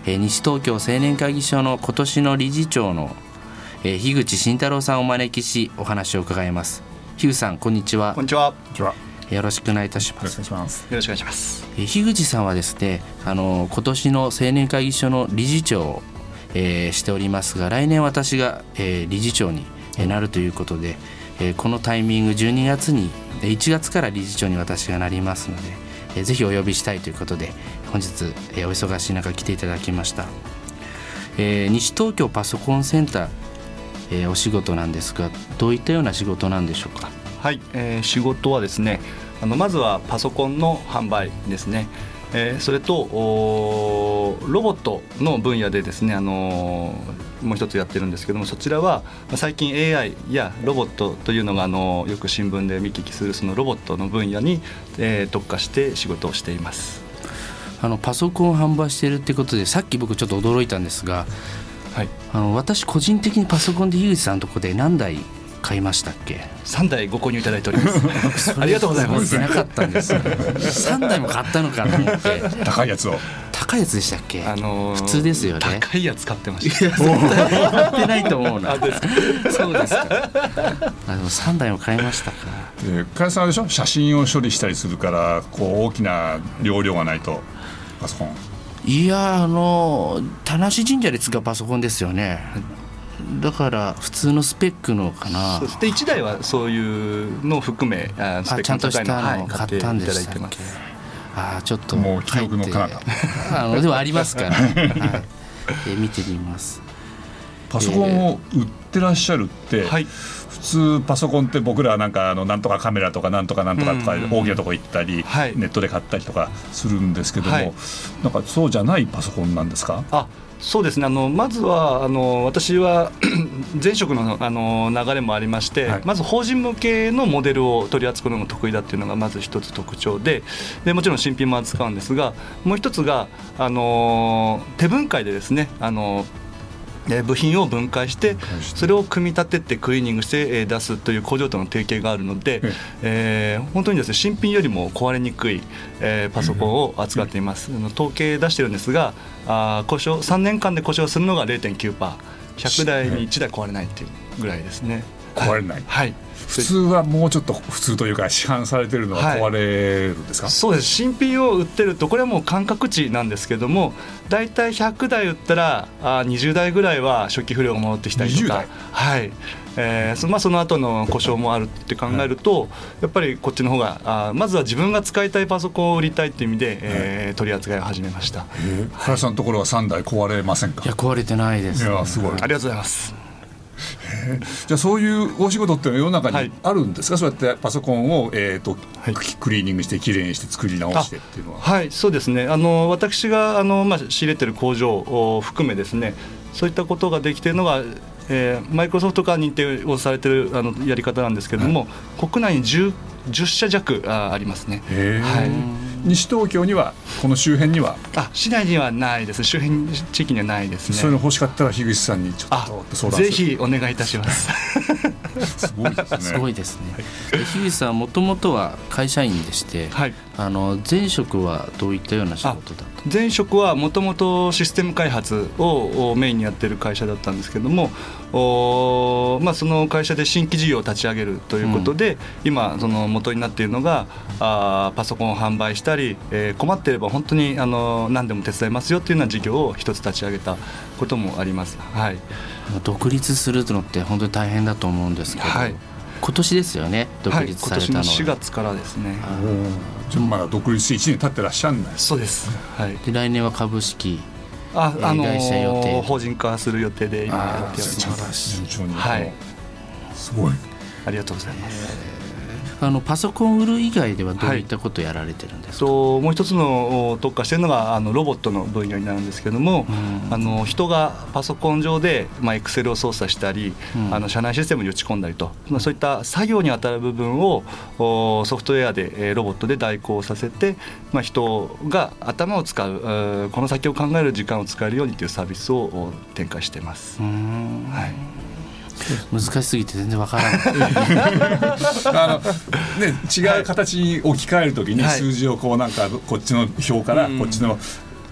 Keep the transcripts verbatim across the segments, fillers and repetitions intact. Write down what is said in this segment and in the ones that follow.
えー、西東京青年会議所の今年の理事長の、えー、樋口慎太郎さんをお招きしお話を伺います。樋口さん、こんにちは。 こんにちは。 よろしくお願いいたします。 よろしくお願いします。よろしくお願いします。 えー、樋口さんはですね、あの今年の青年会議所の理事長を、えー、しておりますが、来年私が、えー、理事長になるということで、えー、このタイミングじゅうにがつにいちがつから理事長に私がなりますので、えー、ぜひお呼びしたいということで本日、えー、お忙しい中来ていただきました。えー、西東京パソコンセンター、えー、お仕事なんですが、どういったような仕事なんでしょうか。 はい、えー、仕事はですね、あのまずはパソコンの販売ですね、えー、それとロボットの分野でですね、あのー、もう一つやってるんですけども、そちらは最近 エーアイ やロボットというのがあのよく新聞で見聞きするそのロボットの分野に、えー、特化して仕事をしています。 あのパソコンを販売しているってことで、さっき僕ちょっと驚いたんですが、はい、あの私個人的にパソコンで樋口さんのとこで何台買いましたっけ。 さんだいご購入いただいておりますありがとうございます。 持ってなかったんですさんだいも買ったのかと思って高いやつを高いやつでしたっけ、 あのー、 普通ですよね。 高いやつ買ってました。 いや買ってないと思うな。そうですか。あ、でもさんだいも買いましたか。 加谷さんでしょ、写真を処理したりするからこう大きな容量がないとパソコン。 いや、あの田無神社で使うパソコンですよね。だから普通のスペックのかな。 そしていちだいはそういうのを含めスペックの高いのを、はい、買っていただいてます。 あ、ちょっともう記憶の彼方あのでもありますから、はい、え見てみます。 パソコンを売ってらっしゃるって、えーはい、普通パソコンって僕らはなんかあのなんとかカメラとかなんとかなんとかとか大きなとこ行ったり、はい、ネットで買ったりとかするんですけども、はい、なんかそうじゃないパソコンなんですか。 あ、そうですね、あのまずはあの私は前職 の, あの流れもありまして、はい、まず法人向けのモデルを取り扱うのが得意だっていうのがまず一つ特徴 で, でもちろん新品も扱うんですが、もう一つがあの手分解でですね、あの部品を分解してそれを組み立ててクリーニングして出すという工場との提携があるので、えー、本当にですね、新品よりも壊れにくい、えー、パソコンを扱っています。統計出してるんですが、あ故障さんねんかんで故障するのが ゼロてんきゅうパーセント、ひゃくだいにいちだい壊れないっていうぐらいですね。 壊れない、 はい、 普通はもうちょっと普通というか市販されているのは壊れるんですか。はい、 そうです。新品を売ってるとこれはもう感覚値なんですけども、だいたいひゃくだい売ったらあにじゅうだいぐらいは初期不良が戻ってきたりとか、はい、えーそまあ、その後の故障もあるって考えると、はい、やっぱりこっちの方があまずは自分が使いたいパソコンを売りたいっていう意味で、はい、えー、取り扱いを始めました。 加谷さんのところはさんだい壊れませんか。 いや、壊れてないです、ね。 いや、すごい、 ありがとうございます。 じゃあそういうお仕事って世の中にあるんですか。はい、そうやってパソコンを、えーとはい、クリーニングしてきれいにして作り直してっていうのは。 はい、そうですね、あの私があの、まあ、仕入れてる工場を含めですね、そういったことができているのがマイクロソフトから認定をされているあのやり方なんですけれども、はい、国内に 10, 10社弱 あ, ありますね。 はい、西東京にはこの周辺にはあ市内にはないです。周辺地域にはないですね。 そういうの欲しかったら樋口さんにちょっと相談する。 ぜひお願いいたしますすごいですね。 すごいですね。はい、樋口さんもともとは会社員でして、はい、あの前職はどういったような仕事だった。 前職はもともとシステム開発をメインにやっている会社だったんですけども、お、まあ、その会社で新規事業を立ち上げるということで、うん、今その元になっているのがあパソコンを販売したり、えー、困っていれば本当にあの何でも手伝いますよというような事業を一つ立ち上げたこともあります。はい、独立するのって本当に大変だと思うんですけど、はい、今年ですよね、独立されたのは。 はい、今年のしがつからですね。 じゃあまだ独立していちねん経ってらっしゃるんです。 そうです。はい、 で来年は株式あ、あのー、法人化する予定で今やっております。 順調に、 はい、 すごい、 ありがとうございます。 あのパソコン売る以外ではどういったことをやられてるんですか。 はい、ともう一つの特化しているのがあのロボットの分野になるんですけども、あの人がパソコン上でまあ Excel を操作したり、あの社内システムに打ち込んだりと、まあ、そういった作業に当たる部分をソフトウェアでロボットで代行させて、まあ、人が頭を使うこの先を考える時間を使えるようにというサービスを展開しています。 うーん、はい、難しすぎて全然わからないあの、ね、違う形に置き換えるときに数字をこうなんかこっちの表からこっちの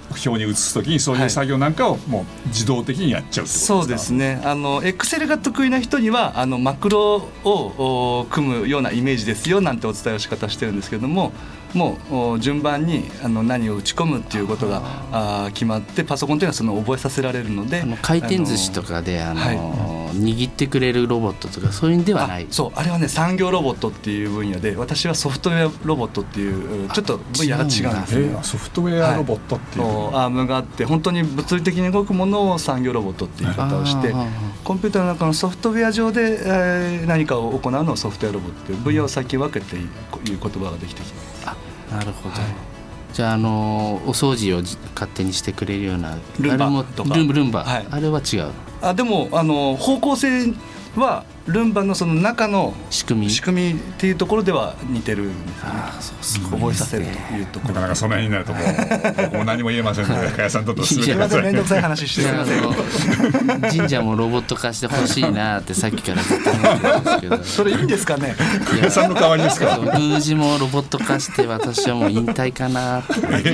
表に移すときにそういう作業なんかをもう自動的にやっちゃうってことですか？ そうですね。あの Excel が得意な人にはあのマクロを組むようなイメージですよなんてお伝えの仕方してるんですけども、もう順番にあの何を打ち込むっていうことがあ決まって、パソコンというのはその覚えさせられるので、 あの回転寿司とかであの、はい、握ってくれるロボットとかそういうんではない。 あ、そうあれはね産業ロボットっていう分野で、私はソフトウェアロボットっていうちょっと分野が違うんですね。 えー、ソフトウェアロボットっていう、 はい、アームがあって本当に物理的に動くものを産業ロボットっていう言い方をして、コンピューターの中のソフトウェア上で、えー、何かを行うのをソフトウェアロボットという分野を最近分けていう言葉ができてきます。 あ、なるほど、はい、じゃあ、あのお掃除を勝手にしてくれるようなルンバとかルンバ、ルンバ、 はい、 あれは違う。 あでもあの方向性はルンバのその中の仕組み、仕組みっていうところでは似てるんですよね。 あ、そうすごいですね。 覚えさせるというところ。 なかなかその辺になるともう僕も何も言えませんので、加谷さんととすみません、面倒くさい話してすみません。神社もロボット化してほしいなってさっきからずっと思ってるんですけどそれいいんですかね。 加谷さんの代わりですか。 宮司もロボット化して私はもう引退かなって。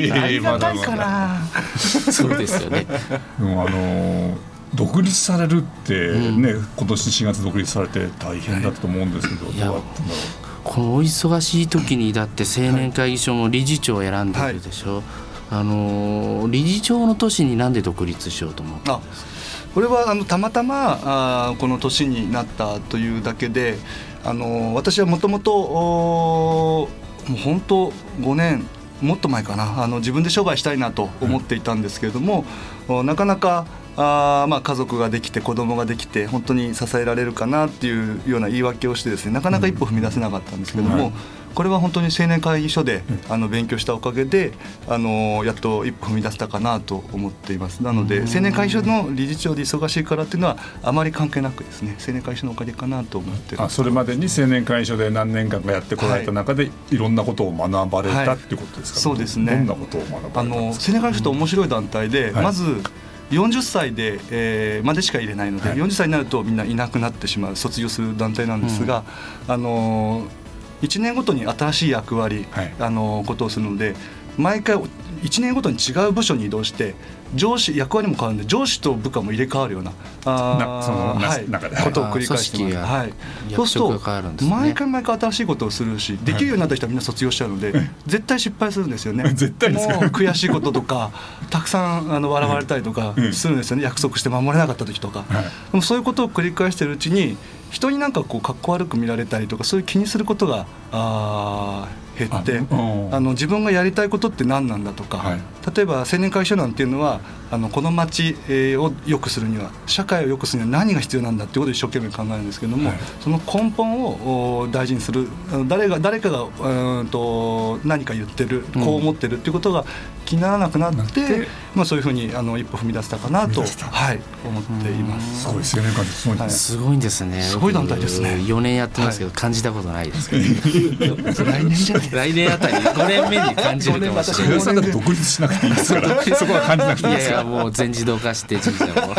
ありがたいかな。 そうですよね。 でもあのー独立されるってね、うん、今年しがつ独立されて大変だったと思うんですけど、はい、どうだったんだろう。 このお忙しい時にだって青年会議所の理事長を選んでるでしょ、はい、あの理事長の年になんで独立しようと思ったんですか？ これはあのたまたまあこの年になったというだけで、あの私はもともともう本当ごねんもっと前かな、あの自分で商売したいなと思っていたんですけれども、うん、なかなかあまあ家族ができて子供ができて本当に支えられるかなっていうような言い訳をしてですね、なかなか一歩踏み出せなかったんですけども、うん、これは本当に青年会議所であの勉強したおかげであのやっと一歩踏み出せたかなと思っています。なので青年会議所の理事長で忙しいからっていうのはあまり関係なくですね、青年会議所のおかげかなと思っています。 あ、それまでに青年会議所で何年間かやってこられた中で、はい、いろんなことを学ばれたっていうことですかね。 はい、そうですね。 どんなことを学ばれたんですか？あの青年会議所って面白い団体で、はい、まずよんじゅっさいで、えー、までしか入れないので、はい、よんじゅっさいになるとみんないなくなってしまう、卒業する団体なんですが、うん、あのいちねんごとに新しい役割、はい、あのことをするので、毎回いちねんごとに違う部署に移動して上司役割も変わるので、上司と部下も入れ替わるようなあその、はい、中でことを繰り返してます。はい、そうすると毎回毎回新しいことをするし、できるようになった人はみんな卒業しちゃうので、はい、絶対失敗するんですよね。 絶対ですか。 もう悔しいこととかたくさんあの笑われたりとかするんですよね、約束して守れなかった時とか、はい、でもそういうことを繰り返しているうちに人になんかこうかっこ悪く見られたりとか、そういう気にすることがあ減って、あの自分がやりたいことって何なんだとか、はい、例えば青年会議所なんていうのはあのこの町を良くするには、社会を良くするには何が必要なんだっていうことを一生懸命考えるんですけども、はい、その根本を大事にする、誰が誰かがうんと何か言ってる、こう思ってるっていうことが気にならなくなって、うん、まあ、そういうふうにあの一歩踏み出せたかなと、はい、思っています。 すごい青年会議所、 はい、すごいんですね。 すごい団体ですね。 よねんやってますけど、はい、感じたことないですけど来年じゃない来年あたりごねんめに感じるかもしれない。 皆さんが独立しなくていいですからそこは感じなくていいですから。 いやいや、もう全自動化して神社も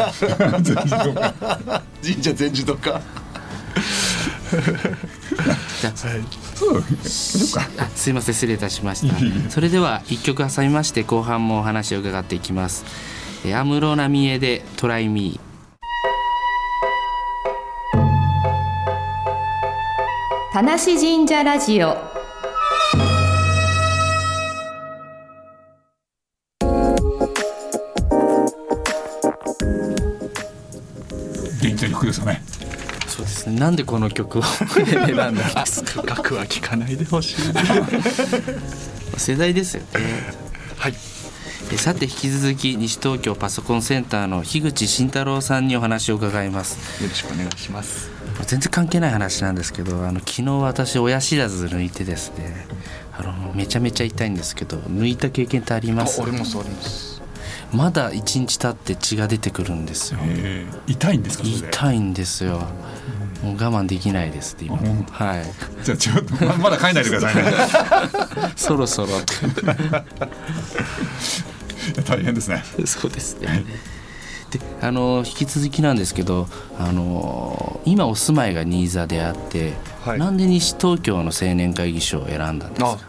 神社全自動化じゃあ、はい、そうあすいません、失礼いたしました。それではいっきょく挟みまして後半もお話を伺っていきます。安室奈美恵でトライミー。 田無神社ラジオ。 元気な曲ですよね。 そうですね。なんでこの曲を選んだんですか？ 楽は聞かないでほしい世代ですよね。 はい。 さて引き続き西東京パソコンセンターの樋口慎太郎さんにお話を伺います。 よろしくお願いします。 全然関係ない話なんですけど、あの昨日私親知らず抜いてですね、あのめちゃめちゃ痛いんですけど、抜いた経験ってあります？ あ、俺もそうあります。 まだいちにち経って血が出てくるんですよ。 痛いんですか？それで痛いんですよ。もう我慢できないですって今。はい。 じゃあちょっと ま, まだ帰んないでくださいねそろそろ大変ですね。 そうですね。であの引き続きなんですけど、あの今お住まいが新座であって、はい、なんで西東京の青年会議所を選んだんですか？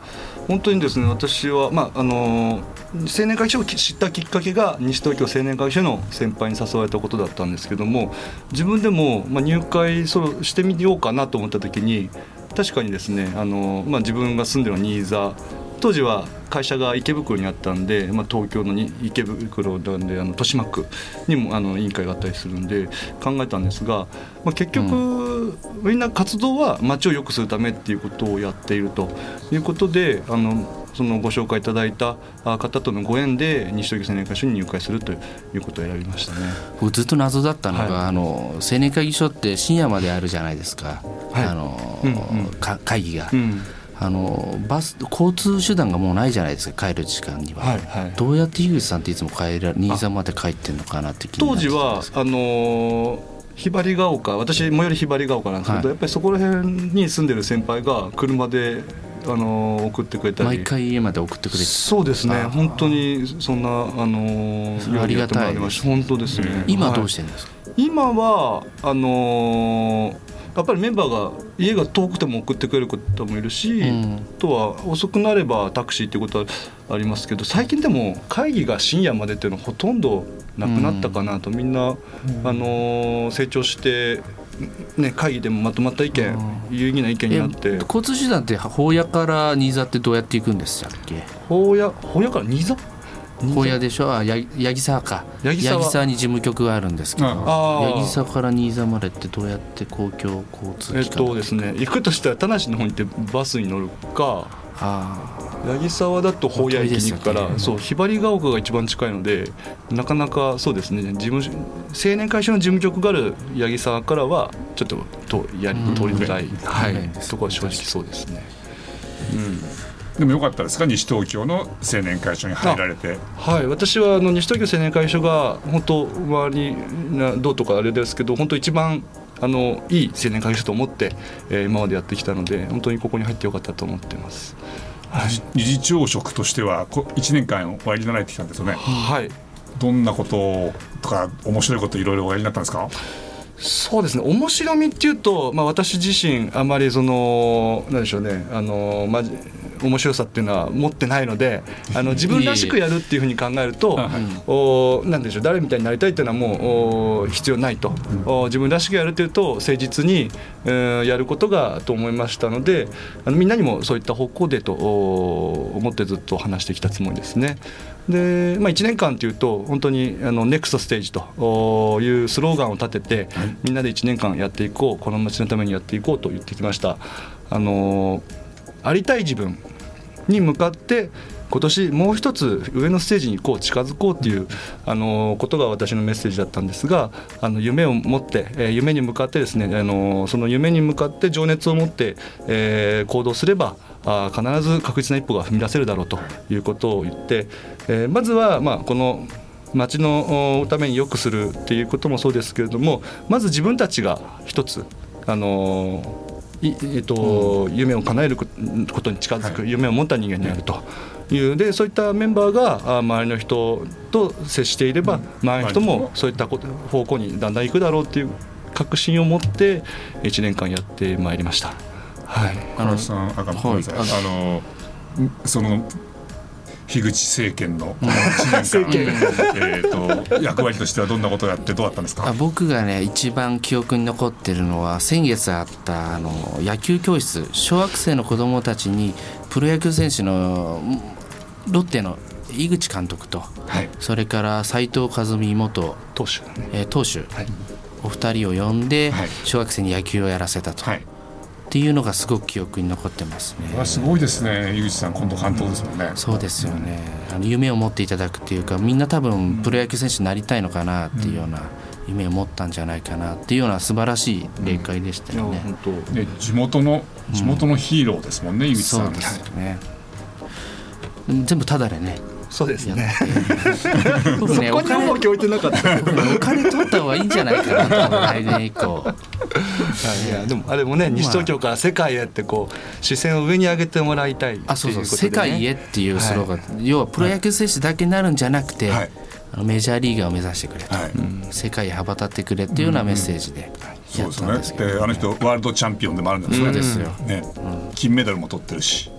本当にですね、私は、まあ、あの青年会議所を知ったきっかけが西東京青年会議所の先輩に誘われたことだったんですけども、自分でも、まあ、入会そしてみようかなと思った時に、確かにですね、あの、まあ、自分が住んでる新座、当時は会社が池袋にあったんで、まあ、東京のに池袋なんで、あの豊島区にもあの委員会があったりするんで考えたんですが、まあ、結局、うん、みんな活動は街を良くするためっていうことをやっているということで、あのそのご紹介いただいた方とのご縁で西東京青年会議所に入会するということを選びましたね。 ずっと謎だったのが、はい、あの青年会議所って深夜まであるじゃないですか、はい、あの、うんうん、か会議が、うん、あのバス交通手段がもうないじゃないですか、帰る時間には、はいはい、どうやって樋口さんっていつも帰ら新座まで帰ってるのかなって気になってたんです当時はあのひばりが丘、私最寄りひばりが丘なんですけど、はい、やっぱりそこら辺に住んでる先輩が車であの送ってくれたり、 毎回家まで送ってくれて、 そうですね、本当にそんなあのありがたいです。 本当ですね、うん、 今どうしてるんですか？ はい、今はあのやっぱりメンバーが家が遠くても送ってくれる方もいるし、うん、あとは遅くなればタクシーっていうことはありますけど、最近でも会議が深夜までっていうのはほとんどなくなったかなと、うん、みんな、うん、あの成長してね、会議でもまとまった意見、うん、有意義な意見になって。 交通手段って保谷から新座ってどうやって行くんでしたっけ？ 保谷、保谷から新座？ 保谷でしょ、あ、八木沢か、八木沢, 八木沢に事務局があるんですけど、八木沢から新座までってどうやって公共交通機関？ えっとですね、行くとしたら田無の方に行ってバスに乗るか、あ八木沢だと保谷駅に行くから、そうひばりが丘が一番近いので、なかなかそうですね、事務青年会社の事務局がある八木沢からはちょっととやり通りづらい、はい、ところは正直そうですね。 うん、でもよかったですか、西東京の青年会所に入られて？ はい、私はあの西東京青年会所が本当周りなどうとかあれですけど、本当一番あのいい青年会所と思って、えー、今までやってきたので、本当にここに入ってよかったと思っています。 はい、理事長職としてはいちねんかんおやりになられてきたんですよね。 はい、 どんなこととか面白いこといろいろおやりになったんですか？ そうですね、面白みっていうと、まあ、私自身あまりその何でしょうね、あの、まじ面白さっていうのは持ってないので、あの自分らしくやるっていうふうに考えるとおなんでしょう、誰みたいになりたいっていうのはもう必要ないと、お自分らしくやるっていうと誠実に、えー、やることがと思いましたので、あのみんなにもそういった方向でと思ってずっと話してきたつもりですね。で、まあ、いちねんかんというと本当にあのネクストステージというスローガンを立てて、はい、みんなでいちねんかんやっていこう、この街のためにやっていこうと言ってきました。あのありたい自分に向かって今年もう一つ上のステージにこう近づこうというあのことが私のメッセージだったんですが、あの夢を持って、えー、夢に向かってですね、あのその夢に向かって情熱を持って、えー、行動すればあ必ず確実な一歩が踏み出せるだろうということを言って、えー、まずは、まあ、この街のために良くするっていうこともそうですけれども、まず自分たちが一つあのいえっとうん、夢を叶えることに近づく、はい、夢を持った人間になるというで、そういったメンバーが周りの人と接していれば、うん、周りの人もそういった方向にだんだん行くだろうという確信を持っていちねんかんやってまいりました。はい、 あのさん、あかん、ごめんなさい、あのその樋口政権のこのいちねんかんえーと役割としてはどんなことをやってどうだったんですか？ 僕がね一番記憶に残ってるのは、先月あったあの野球教室、小学生の子どもたちにプロ野球選手のロッテの井口監督と、はい、それから斉藤和美元投手、ねえー、投手、はい、お二人を呼んで小学生に野球をやらせたと、はい、っていうのがすごく記憶に残ってますね。 すごいですね、井口さん今度監督ですもんね。 そうですよね、あの夢を持っていただくっていうか、みんな多分プロ野球選手になりたいのかなっていうような夢を持ったんじゃないかなっていうような素晴らしい例会でしたよね。 うん、本当で地元の地元のヒーローですもんね、うん、井口さん。 そうですよね、全部タダでね。 そうですね僕ね、 そこに重き置いてなかったお金取った方がいいんじゃないかなと来年以降いやでもあれもね、西東京から世界へってこう視線を上に上げてもらいたいっていうことで、ね、あ、そうそう、世界へっていうスローガン、はい、要はプロ野球選手だけになるんじゃなくて、はい、あのメジャーリーガーを目指してくれと、はい、うん、世界へ羽ばたってくれっていうようなメッセージでやったんですけど、ね、 そうですね。で、あの人ワールドチャンピオンでもあるんですよね。 そうですよ、 ね、うん、金メダルも取ってるし、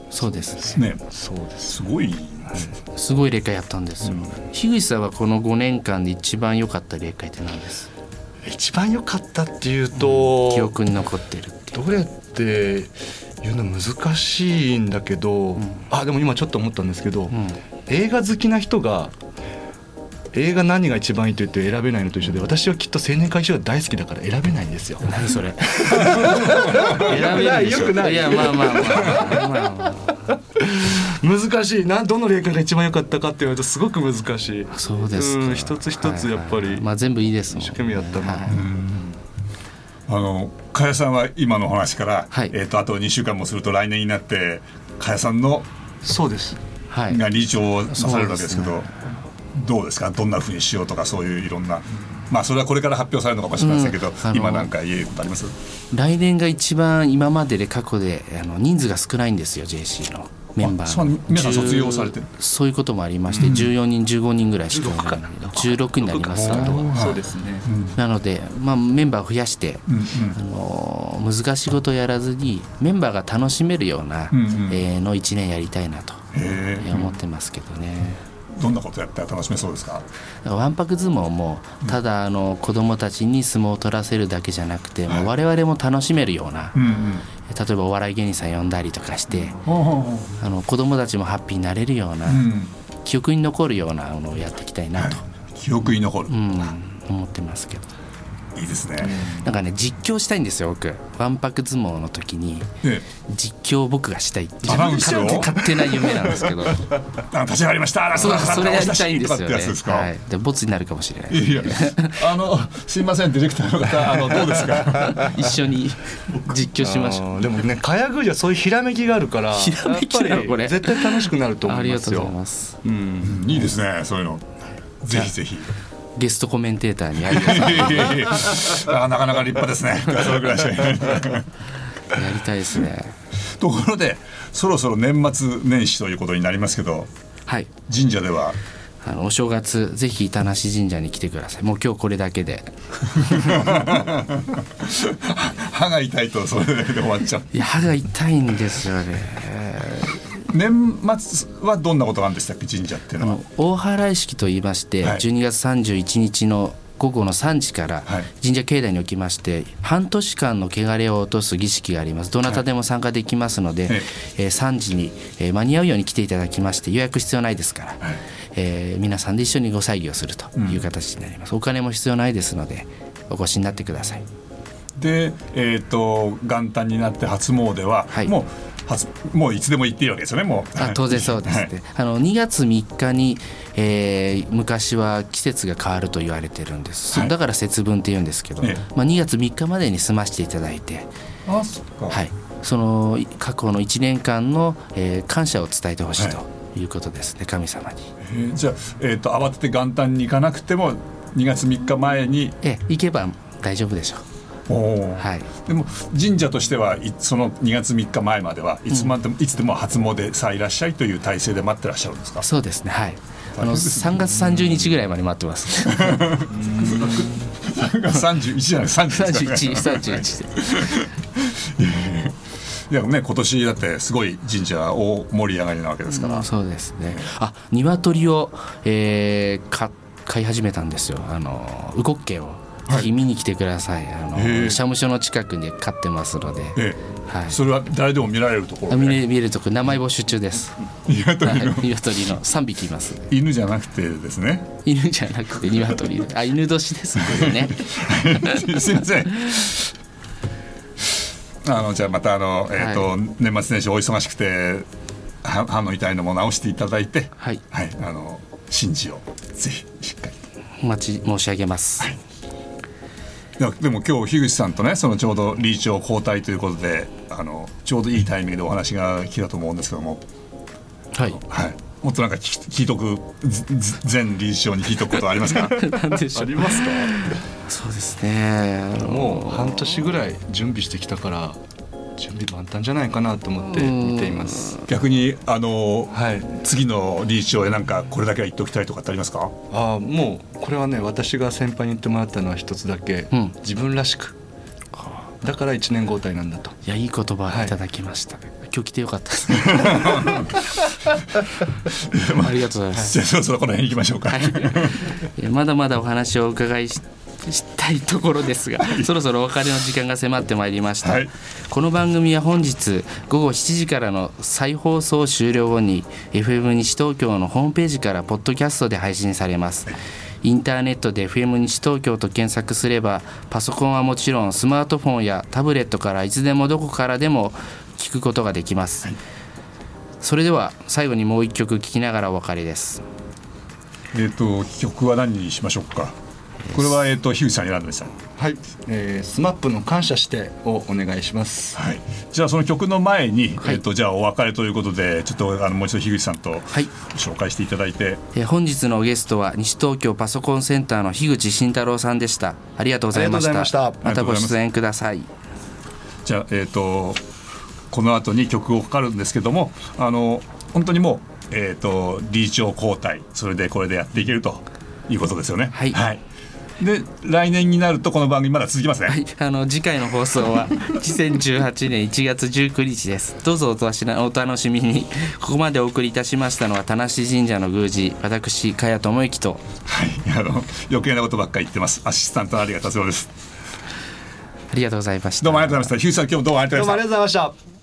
そうですね。そうです。すごい、 すごい霊界やったんですよ、うん、樋口さんはこのごねんかんで一番良かった霊界って何です？ 一番良かったっていうと、 うん、記憶に残ってるってどれって言うの難しいんだけど、うん、あでも今ちょっと思ったんですけど、うん、映画好きな人が映画何が一番いいと言って選べないのと一緒で、私はきっと青年会議所が大好きだから選べないんですよ。 何それ選べない、よくない。 いやまあまあまあまあ、まあ、 難しいな。どの霊界が一番良かったかって言われるとすごく難しい。 そうですか、 うん、一つ一つやっぱり、はいはい、 まあ、全部いいですもん。 一生懸命やったな、はい、 あの加谷さんは今の話から、 はい、 えー、とあとにしゅうかんもすると来年になって加谷さんのそうです、 はい、が理事長をなされるわけですけど、どうですか？どんなふうにしようとか、そういういろんな、まあそれはこれから発表されるのかもしれませんけど、うん、今なんか言えることあります？ 来年が一番今までで過去であの人数が少ないんですよ、 ジェーシー のメンバーの。 皆さん卒業されてる？ そういうこともありまして、うん、じゅうよにんじゅうごにんぐらいしかいないのでじゅうろくになりますけど、 そうですね、 なので、まあ、メンバーを増やして、うんうん、あの難しいことをやらずにメンバーが楽しめるような、うんうん、えー、のいちねんやりたいなと思ってますけどね。 どんなことやったら楽しめそうですか？ わんぱく相撲もただあの子どもたちに相撲を取らせるだけじゃなくて、もう我々も楽しめるような、うんうん、例えばお笑い芸人さん呼んだりとかして、うん、あの子どもたちもハッピーになれるような、うん、記憶に残るようなものをやっていきたいなと、はい、 記憶に残る、 うん、思ってますけど。 いいですね。 なんかね、実況したいんですよ僕。わんぱく相撲の時に実況を僕がしたいっていう勝手な夢なんですけど立ち上がりましたそうそれやりたいんですよね。 はい、 でボツになるかもしれない。 いやあのすいませんディレクターの方、あのどうですか一緒に実況しましょう。 でもね、かやぐじゃそういうひらめきがあるからひらめきなのこれ絶対楽しくなると思いますよ。 ありがとうございます、 うん、いいですね、そういうのぜひぜひゲストコメンテーターにやりたいあなかなか立派ですねそれぐらいしかやりたいですね。 ところでそろそろ年末年始ということになりますけど、 はい、 神社ではあのお正月ぜひ田無神社に来てください。もう今日これだけで歯が痛いとそれだけで終わっちゃう。 いや歯が痛いんですよね。 年末はどんなことがあるんでしたっけ、神社っていうのは。 大祓式といいまして、はい、じゅうにがつさんじゅういちにちの午後のさんじから神社境内におきまして、はい、半年間の汚れを落とす儀式があります。どなたでも参加できますので、はい、えー、さんじに、えー、間に合うように来ていただきまして、予約必要ないですから、はい、えー、皆さんで一緒にご祭儀をするという形になります、うん、お金も必要ないですのでお越しになってください。 で、えー、と元旦になって初詣は、はい、もうもういつでも行っていいわけですよね。もうあ当然そうですね、はい、あのにがつみっかに、えー、昔は季節が変わると言われてるんです、はい、だから節分って言うんですけど、ね、まあ、にがつみっかまでに済ましていただいて、 あそっか、 はい、その過去のいちねんかんの、えー、感謝を伝えてほしいということですね、はい、神様に。 えー、じゃあ、えー、と慌てて元旦に行かなくてもにがつみっかまえに、 えー、行けば大丈夫でしょう。 お、はい、でも神社としてはそのにがつみっかまえまではいつまでも、うん、いつでも初詣さあいらっしゃいという体制で待ってらっしゃるんですか。 そうですね、はい、あのさんがつさんじゅうにちぐらいまで待ってますさんがつさんじゅういちじゃないさんじゅういち、さんじゅういちでいやね、今年だってすごい神社大盛り上がりなわけですから、 うん、そうですね。あ、鶏を、えー、か飼い始めたんですよ。あのウコッケをぜひ見に来てください。あの社務所の近くに飼ってますので、 ええ、はい、それは誰でも見られるところ、 ね、見れ、見れるところ、名前募集中です。 鶏の、 鶏のさんびきいます。 犬じゃなくてですね。 犬じゃなくて鶏あ、犬年ですねすいませんあのじゃあまたあの、えーとはい、年末年始お忙しくて歯の痛いのも直していただいて、 はいはい、あの神事をぜひしっかりとお待ち申し上げます、はい。 いやでも今日樋口さんとね、そのちょうど理事長交代ということで、あのちょうどいいタイミングでお話が聞けたと思うんですけども、 はい、 はい、もっとなんか聞, 聞いとく前理事長に聞いとくことはありますか何でしょう。ありますか。 そうですね、 もう半年ぐらい準備してきたから準備万端じゃないかなと思って見ています。 逆にあの、はい、次の理事長へなんかこれだけは言っておきたいとかってありますか。 あ、もうこれはね、私が先輩に言ってもらったのは一つだけ、うん、自分らしく、だからいちねん交代なんだと。 いや、いい言葉いただきました、はい、 今日来てよかったです。ありがとうございます。 じゃあそろそろこの辺行きましょうか。はい、 まだまだお話をお伺いししたいところですが、そろそろお別れの時間が迫ってまいりました。はい、この番組は本日ごごしちじからの再放送終了後に エフエム 西東京のホームページからポッドキャストで配信されます。インターネットで エフエム 西東京と検索すれば、パソコンはもちろんスマートフォンやタブレットからいつでもどこからでも聞くことができます。はい、それでは最後にもう一曲聴きながらお別れです。 えーと曲は何にしましょうか。これは、えー、と樋口さんに選んでました。 はい、えー、スマップの感謝してをお願いします。 はい、じゃあその曲の前に、はい、えー、とじゃあお別れということで、ちょっとあのもう一度樋口さんと紹介していただいて、はい、 えー、本日のゲストは西東京パソコンセンターの樋口慎太郎さんでした。ありがとうございました。 したまたご出演ください。 じゃあ、えー、とこの後に曲をかかるんですけども、あの本当にもう、えー、と理事長交代、それでこれでやっていけるということですよね。 はい、はい、 で来年になるとこの番組まだ続きますね。 はい、あの次回の放送はにせんじゅうはちねんいちがつじゅうくにちです。どうぞお楽しみに。ここまでお送りいたしましたのは田無神社の宮司、私茅谷智之と、 はい、あの余計なことばっかり言ってますアシスタントの有賀達郎です。 ありがとうございました。 どうもありがとうございました。樋口さん、今日もどうもありがとうございました。 どうもありがとうございました。